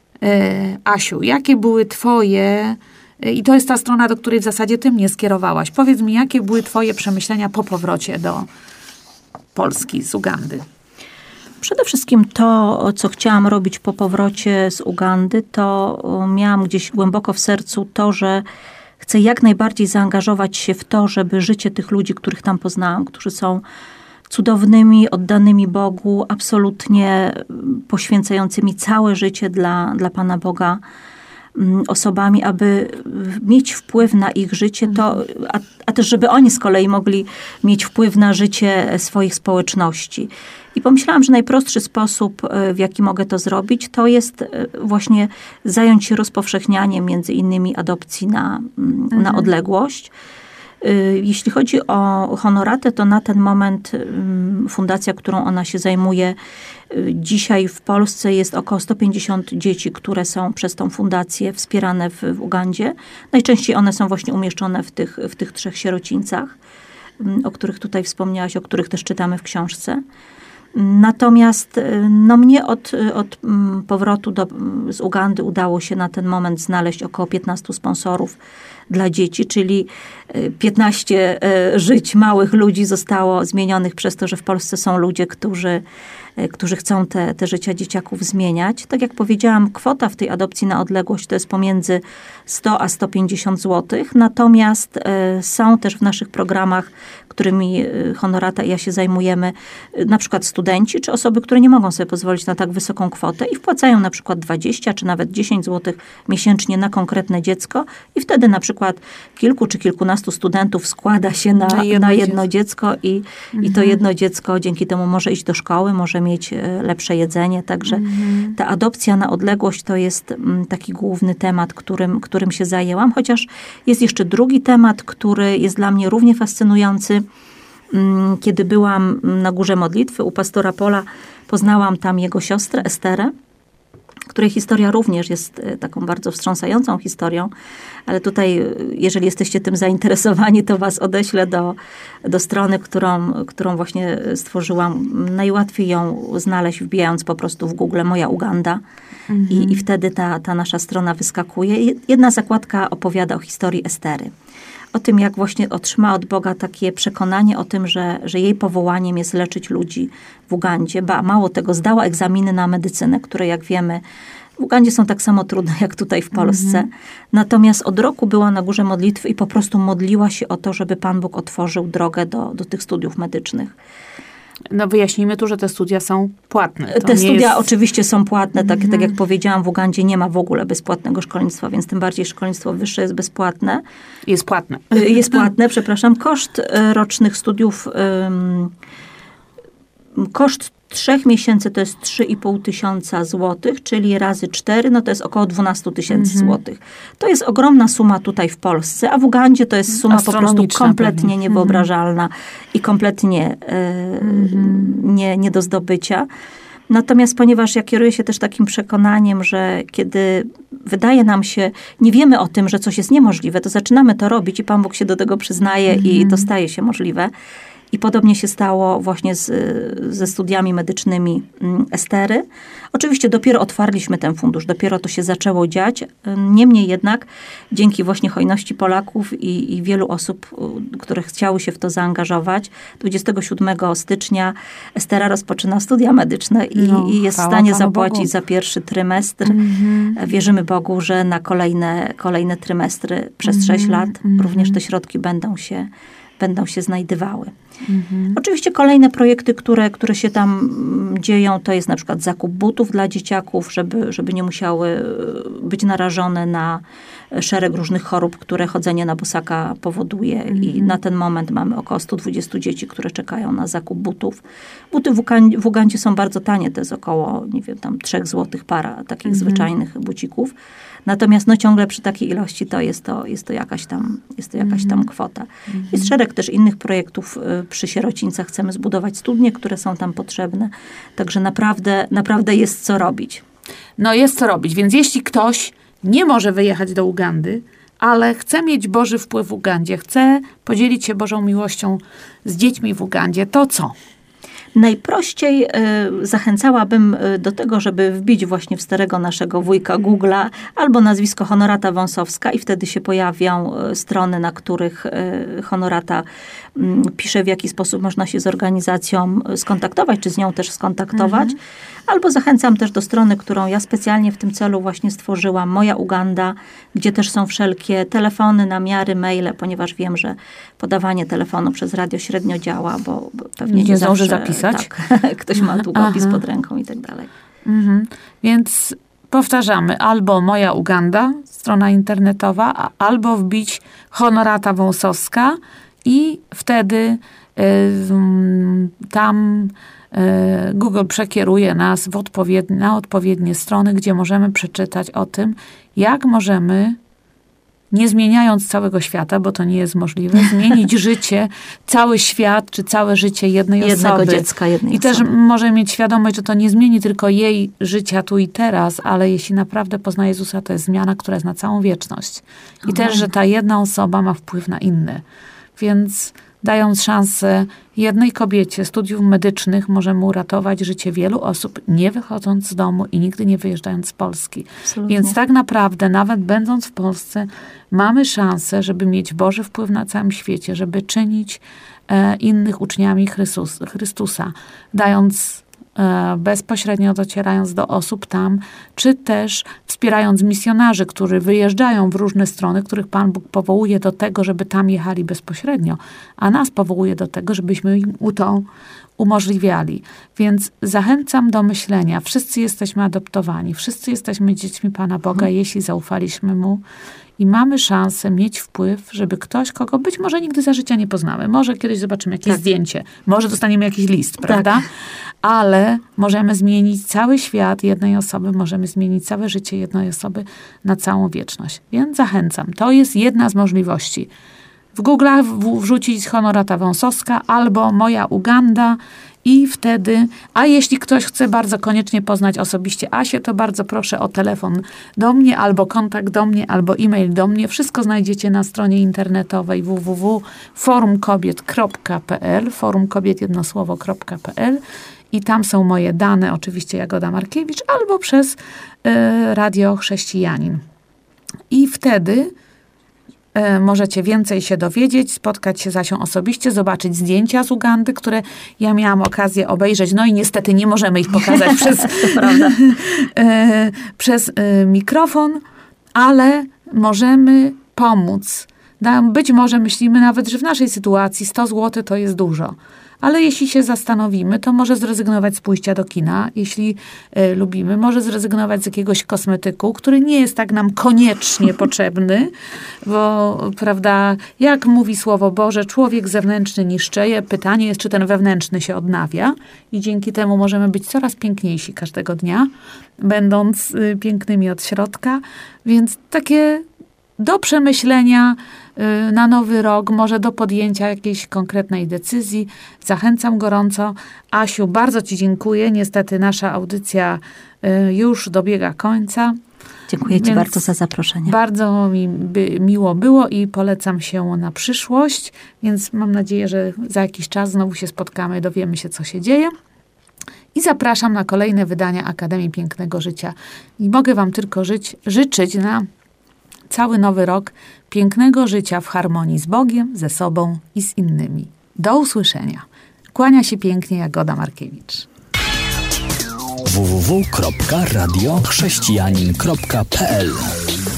Asiu, jakie były twoje... I to jest ta strona, do której w zasadzie ty mnie skierowałaś. Powiedz mi, jakie były twoje przemyślenia po powrocie do Polski, z Ugandy? Przede wszystkim to, co chciałam robić po powrocie z Ugandy, to miałam gdzieś głęboko w sercu to, że chcę jak najbardziej zaangażować się w to, żeby życie tych ludzi, których tam poznałam, którzy są cudownymi, oddanymi Bogu, absolutnie poświęcającymi całe życie dla, dla Pana Boga osobami, aby mieć wpływ na ich życie, to, a, a też żeby oni z kolei mogli mieć wpływ na życie swoich społeczności. I pomyślałam, że najprostszy sposób, w jaki mogę to zrobić, to jest właśnie zająć się rozpowszechnianiem między innymi adopcji na, mhm. na odległość. Jeśli chodzi o Honoratę, to na ten moment fundacja, którą ona się zajmuje, dzisiaj w Polsce jest około sto pięćdziesiąt dzieci, które są przez tą fundację wspierane w, w Ugandzie. Najczęściej one są właśnie umieszczone w tych, w tych trzech sierocińcach, o których tutaj wspomniałaś, o których też czytamy w książce. Natomiast no, mnie od, od powrotu do, z Ugandy udało się na ten moment znaleźć około piętnastu sponsorów dla dzieci, czyli piętnaście żyć małych ludzi zostało zmienionych przez to, że w Polsce są ludzie, którzy, którzy chcą te, te życia dzieciaków zmieniać. Tak jak powiedziałam, kwota w tej adopcji na odległość to jest pomiędzy sto a sto pięćdziesiąt złotych. Natomiast są też w naszych programach, którymi Honorata i ja się zajmujemy, na przykład studenci, czy osoby, które nie mogą sobie pozwolić na tak wysoką kwotę i wpłacają na przykład dwadzieścia czy nawet dziesięć złotych miesięcznie na konkretne dziecko i wtedy na przykład kilku czy kilkunastu studentów składa się na, na jedno, na jedno dziecko, dziecko i, mhm. i to jedno dziecko dzięki temu może iść do szkoły, może mieć lepsze jedzenie. Także mhm. ta adopcja na odległość to jest taki główny temat, którym, którym się zajęłam. Chociaż jest jeszcze drugi temat, który jest dla mnie równie fascynujący. Kiedy byłam na Górze Modlitwy u pastora Pola, poznałam tam jego siostrę Esterę, której historia również jest taką bardzo wstrząsającą historią, ale tutaj, jeżeli jesteście tym zainteresowani, to was odeślę do, do strony, którą, którą właśnie stworzyłam. Najłatwiej ją znaleźć, wbijając po prostu w Google Moja Uganda mhm. i, i wtedy ta, ta nasza strona wyskakuje. Jedna zakładka opowiada o historii Estery. O tym, jak właśnie otrzymała od Boga takie przekonanie o tym, że, że jej powołaniem jest leczyć ludzi w Ugandzie. Ba, mało tego, zdała egzaminy na medycynę, które jak wiemy w Ugandzie są tak samo trudne jak tutaj w Polsce. Mm-hmm. Natomiast od roku była na Górze Modlitwy i po prostu modliła się o to, żeby Pan Bóg otworzył drogę do, do tych studiów medycznych. No wyjaśnijmy tu, że te studia są płatne. To te studia jest... oczywiście są płatne. Tak, mm-hmm. tak jak powiedziałam, w Ugandzie nie ma w ogóle bezpłatnego szkolnictwa, więc tym bardziej szkolnictwo wyższe jest bezpłatne. Jest płatne. Jest płatne, przepraszam. Koszt rocznych studiów, um, koszt trzech miesięcy to jest trzy i pół tysiąca złotych, czyli razy cztery, no to jest około dwanaście tysięcy mm-hmm. złotych. To jest ogromna suma tutaj w Polsce, a w Ugandzie to jest suma po prostu kompletnie pewnie. niewyobrażalna mm-hmm. i kompletnie e, mm-hmm. nie, nie do zdobycia. Natomiast ponieważ ja kieruję się też takim przekonaniem, że kiedy wydaje nam się, nie wiemy o tym, że coś jest niemożliwe, to zaczynamy to robić i Pan Bóg się do tego przyznaje mm-hmm. i to staje się możliwe. I podobnie się stało właśnie z, ze studiami medycznymi Estery. Oczywiście dopiero otwarliśmy ten fundusz, dopiero to się zaczęło dziać. Niemniej jednak dzięki właśnie hojności Polaków i, i wielu osób, które chciały się w to zaangażować, dwudziestego siódmego stycznia Estera rozpoczyna studia medyczne i, no, i jest w stanie zapłacić Bogu. za pierwszy trymestr. Mm-hmm. Wierzymy Bogu, że na kolejne, kolejne trymestry przez mm-hmm. sześć lat mm-hmm. również te środki będą się będą się znajdywały. Mhm. Oczywiście kolejne projekty, które, które się tam dzieją, to jest na przykład zakup butów dla dzieciaków, żeby, żeby nie musiały być narażone na szereg różnych chorób, które chodzenie na bosaka powoduje. Mhm. I na ten moment mamy około sto dwadzieścia dzieci, które czekają na zakup butów. Buty w Ugandzie, w Ugandzie są bardzo tanie, to jest około, nie wiem, tam trzech złotych para takich mhm. zwyczajnych bucików. Natomiast no ciągle przy takiej ilości to jest to, jest to jakaś tam, jest to jakaś tam kwota. Mm-hmm. Jest szereg też innych projektów przy sierocińcach. Chcemy zbudować studnie, które są tam potrzebne. Także naprawdę, naprawdę jest co robić. No jest co robić, więc jeśli ktoś nie może wyjechać do Ugandy, ale chce mieć Boży wpływ w Ugandzie, chce podzielić się Bożą miłością z dziećmi w Ugandzie, to co? Najprościej y, zachęcałabym do tego, żeby wbić właśnie w starego naszego wujka Google'a albo nazwisko Honorata Wąsowska i wtedy się pojawią y, strony, na których y, Honorata y, pisze, w jaki sposób można się z organizacją skontaktować, czy z nią też skontaktować. Mhm. Albo zachęcam też do strony, którą ja specjalnie w tym celu właśnie stworzyłam, Moja Uganda, gdzie też są wszelkie telefony, namiary, maile, ponieważ wiem, że podawanie telefonu przez radio średnio działa, bo, bo pewnie nie, nie zdąży zawsze, zapisać. Tak, ktoś ma długopis Aha. pod ręką i tak dalej. Mhm. Więc powtarzamy, albo Moja Uganda, strona internetowa, albo wbić Honorata Wąsowska i wtedy y, tam y, Google przekieruje nas w odpowiednie, na odpowiednie strony, gdzie możemy przeczytać o tym, jak możemy nie zmieniając całego świata, bo to nie jest możliwe, zmienić życie, cały świat, czy całe życie jednej Jednego osoby. dziecka, jednej I osoby. też może mieć świadomość, że to nie zmieni tylko jej życia tu i teraz, ale jeśli naprawdę pozna Jezusa, to jest zmiana, która jest na całą wieczność. I Amen. też, że ta jedna osoba ma wpływ na inne. Więc dając szansę jednej kobiecie studiów medycznych, możemy uratować życie wielu osób, nie wychodząc z domu i nigdy nie wyjeżdżając z Polski. Absolutnie. Więc tak naprawdę, nawet będąc w Polsce, mamy szansę, żeby mieć Boży wpływ na całym świecie, żeby czynić e, innych uczniami Chrystus, Chrystusa, dając bezpośrednio docierając do osób tam, czy też wspierając misjonarzy, którzy wyjeżdżają w różne strony, których Pan Bóg powołuje do tego, żeby tam jechali bezpośrednio, a nas powołuje do tego, żebyśmy im to umożliwiali. Więc zachęcam do myślenia. Wszyscy jesteśmy adoptowani, wszyscy jesteśmy dziećmi Pana Boga, hmm. jeśli zaufaliśmy Mu i mamy szansę mieć wpływ, żeby ktoś, kogo być może nigdy za życia nie poznamy, może kiedyś zobaczymy jakieś tak. zdjęcie, może dostaniemy jakiś list, prawda? Tak. Ale możemy zmienić cały świat jednej osoby, możemy zmienić całe życie jednej osoby na całą wieczność. Więc zachęcam. To jest jedna z możliwości. W Google'ach wrzucić Honorata Wąsowska albo Moja Uganda i wtedy, a jeśli ktoś chce bardzo koniecznie poznać osobiście Asię, to bardzo proszę o telefon do mnie, albo kontakt do mnie, albo e-mail do mnie. Wszystko znajdziecie na stronie internetowej w w w kropka forum kobiet kropka p l, forum kobiet jedno słowo kropka p l i tam są moje dane, oczywiście Jagoda Markiewicz, albo przez y, Radio Chrześcijanin. I wtedy y, możecie więcej się dowiedzieć, spotkać się z Asią osobiście, zobaczyć zdjęcia z Ugandy, które ja miałam okazję obejrzeć, no i niestety nie możemy ich pokazać przez, y, przez y, mikrofon, ale możemy pomóc. Być może myślimy nawet, że w naszej sytuacji sto złotych to jest dużo. Ale jeśli się zastanowimy, to może zrezygnować z pójścia do kina, jeśli y, lubimy. Może zrezygnować z jakiegoś kosmetyku, który nie jest tak nam koniecznie potrzebny, bo prawda, jak mówi Słowo Boże, człowiek zewnętrzny niszczeje. Pytanie jest, czy ten wewnętrzny się odnawia i dzięki temu możemy być coraz piękniejsi każdego dnia, będąc y, pięknymi od środka. Więc takie do przemyślenia na nowy rok, może do podjęcia jakiejś konkretnej decyzji. Zachęcam gorąco. Asiu, bardzo Ci dziękuję. Niestety nasza audycja już dobiega końca. Dziękuję Ci bardzo za zaproszenie. Bardzo mi by, miło było i polecam się na przyszłość, więc mam nadzieję, że za jakiś czas znowu się spotkamy, dowiemy się, co się dzieje. I zapraszam na kolejne wydania Akademii Pięknego Życia. I mogę Wam tylko żyć, życzyć na cały nowy rok pięknego życia w harmonii z Bogiem, ze sobą i z innymi. Do usłyszenia. Kłania się pięknie Jagoda Markiewicz. w w w kropka radio chrześcijanin kropka p l